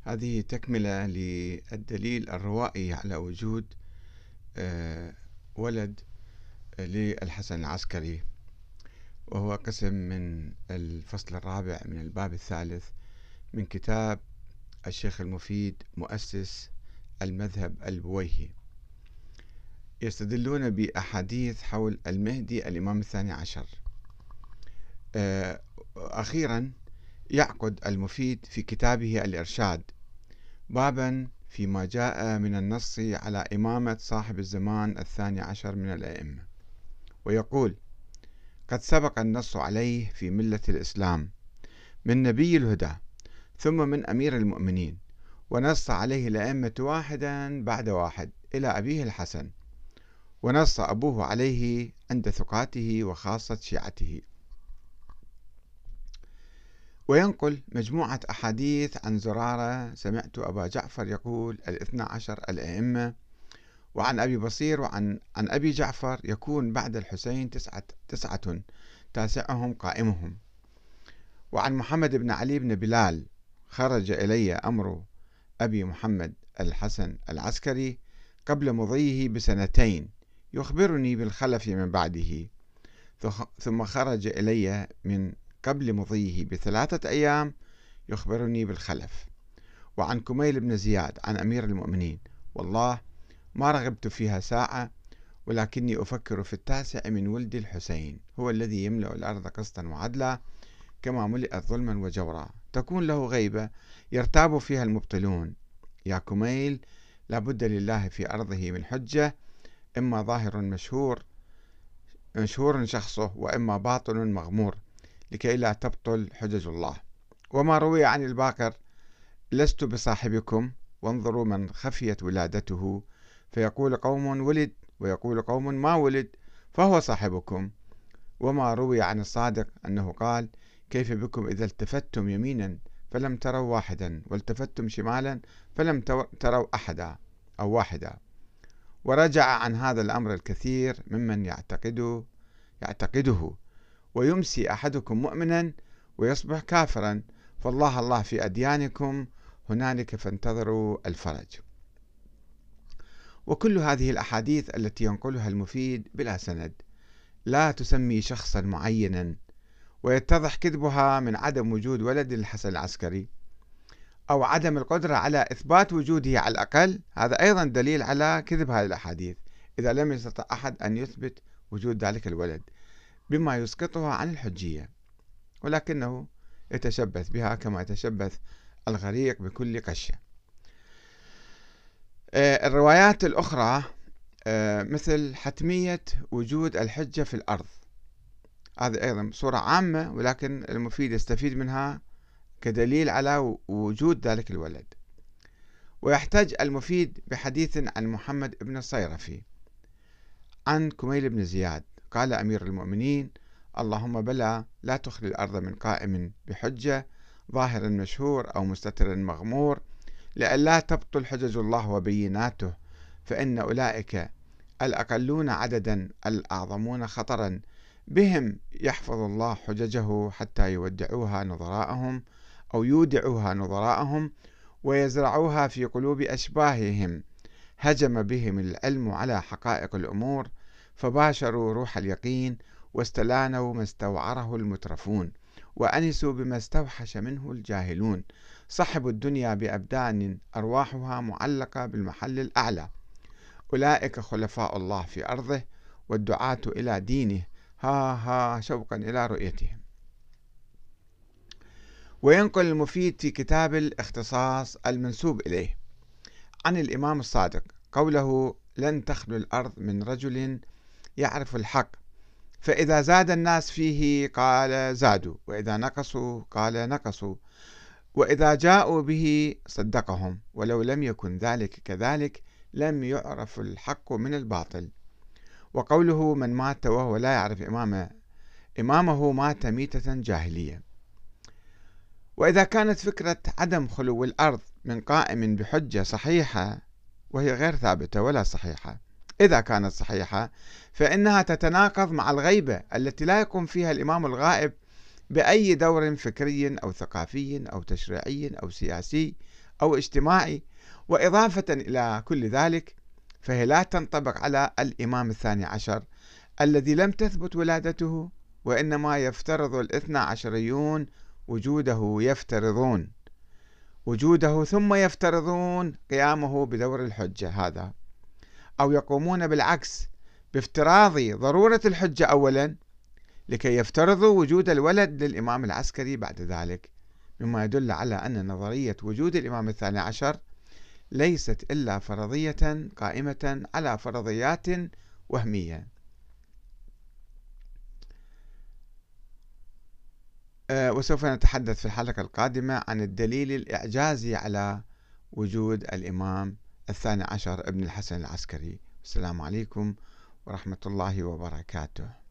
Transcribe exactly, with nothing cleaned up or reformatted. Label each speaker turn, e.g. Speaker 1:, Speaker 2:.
Speaker 1: هذه تكملة للدليل الروائي على وجود آه، ولد للحسن العسكري، وهو قسم من الفصل الرابع من الباب الثالث من كتاب الشيخ المفيد مؤسس المذهب البويهي. يستدلون بأحاديث حول المهدي الإمام الثاني عشر. آه، أخيرا يعقد المفيد في كتابه الإرشاد بابا فيما جاء من النص على إمامة صاحب الزمان الثاني عشر من الأئمة، ويقول: قد سبق النص عليه في ملة الإسلام من نبي الهدى ثم من أمير المؤمنين، ونص عليه الأئمة واحدا بعد واحد إلى أبيه الحسن، ونص أبوه عليه عند ثقاته وخاصة شيعته. وينقل مجموعة أحاديث عن زرارة: سمعت أبا جعفر يقول الاثنى عشر الأئمة، وعن أبي بصير وعن عن أبي جعفر يكون بعد الحسين تسعة, تسعة تاسعهم قائمهم، وعن محمد بن علي بن بلال: خرج إلي أمر أبي محمد الحسن العسكري قبل مضيه بسنتين يخبرني بالخلف من بعده، ثم خرج إلي من قبل مضيه بثلاثة أيام يخبرني بالخلف. وعن كميل بن زياد عن أمير المؤمنين: والله ما رغبت فيها ساعة، ولكني أفكر في التاسع من ولد الحسين، هو الذي يملأ الأرض قسطا وعدلا كما ملئت ظلما وجورا، تكون له غيبة يرتاب فيها المبطلون. يا كميل، لا بد لله في أرضه من حجة، إما ظاهر مشهور مشهور شخصه، وإما باطل مغمور، لكي لا تبطل حجج الله. وما روي عن الباقر: لست بصاحبكم، وانظروا من خفيت ولادته، فيقول قوم ولد ويقول قوم ما ولد، فهو صاحبكم. وما روي عن الصادق أنه قال: كيف بكم إذا التفتم يمينا فلم تروا واحدا، والتفتم شمالا فلم تروا أحدا أو واحدا. ورجع عن هذا الأمر الكثير ممن يعتقده يعتقده ويمسي أحدكم مؤمنا ويصبح كافرا، فالله الله في أديانكم، هنالك فانتظروا الفرج. وكل هذه الأحاديث التي ينقلها المفيد بلا سند لا تسمي شخصا معينا، ويتضح كذبها من عدم وجود ولد الحسن العسكري أو عدم القدرة على إثبات وجوده على الأقل. هذا أيضا دليل على كذب هذه الأحاديث، إذا لم يستطع أحد أن يثبت وجود ذلك الولد، بما يسقطها عن الحجية، ولكنه يتشبث بها كما يتشبث الغريق بكل قشة. الروايات الأخرى مثل حتمية وجود الحجة في الأرض، هذه أيضا صورة عامة، ولكن المفيد يستفيد منها كدليل على وجود ذلك الولد. ويحتج المفيد بحديث عن محمد بن الصيرفي عن كميل بن زياد: قال أمير المؤمنين: اللهم بلى، لا تخلي الأرض من قائم بحجة ظاهر مشهور أو مستتر مغمور، لئلا تبطل حجج الله وبيناته، فإن أولئك الأقلون عددا الأعظمون خطرا، بهم يحفظ الله حججه حتى يودعوها نظراءهم أو يودعوها نظراءهم ويزرعوها في قلوب أشباههم. هجم بهم العلم على حقائق الأمور، فباشروا روح اليقين، واستلانوا ما استوعره المترفون، وأنسوا بما استوحش منه الجاهلون. صحبوا الدنيا بأبدان أرواحها معلقة بالمحل الأعلى. أولئك خلفاء الله في أرضه، والدعاة إلى دينه، ها ها شوقا إلى رؤيتهم. وينقل المفيد في كتاب الاختصاص المنسوب إليه عن الإمام الصادق قوله: لن تخلو الأرض من رجل يعرف الحق، فإذا زاد الناس فيه قال زادوا، وإذا نقصوا قال نقصوا، وإذا جاءوا به صدقهم، ولو لم يكن ذلك كذلك لم يعرف الحق من الباطل. وقوله: من مات وهو لا يعرف إمامه إمامه مات ميتة جاهلية. وإذا كانت فكرة عدم خلو الأرض من قائم بحجة صحيحة، وهي غير ثابتة ولا صحيحة، إذا كانت صحيحة فإنها تتناقض مع الغيبة التي لا يقوم فيها الإمام الغائب بأي دور فكري أو ثقافي أو تشريعي أو سياسي أو اجتماعي. وإضافة إلى كل ذلك فهي لا تنطبق على الإمام الثاني عشر الذي لم تثبت ولادته، وإنما يفترض الاثنى عشريون وجوده، يفترضون وجوده ثم يفترضون قيامه بدور الحجة هذا، أو يقومون بالعكس بافتراض ضرورة الحجة أولا لكي يفترضوا وجود الولد للإمام العسكري بعد ذلك، مما يدل على أن نظرية وجود الإمام الثاني عشر ليست إلا فرضية قائمة على فرضيات وهمية. أه وسوف نتحدث في الحلقة القادمة عن الدليل الإعجازي على وجود الإمام الثاني عشر ابن الحسن العسكري. السلام عليكم ورحمة الله وبركاته.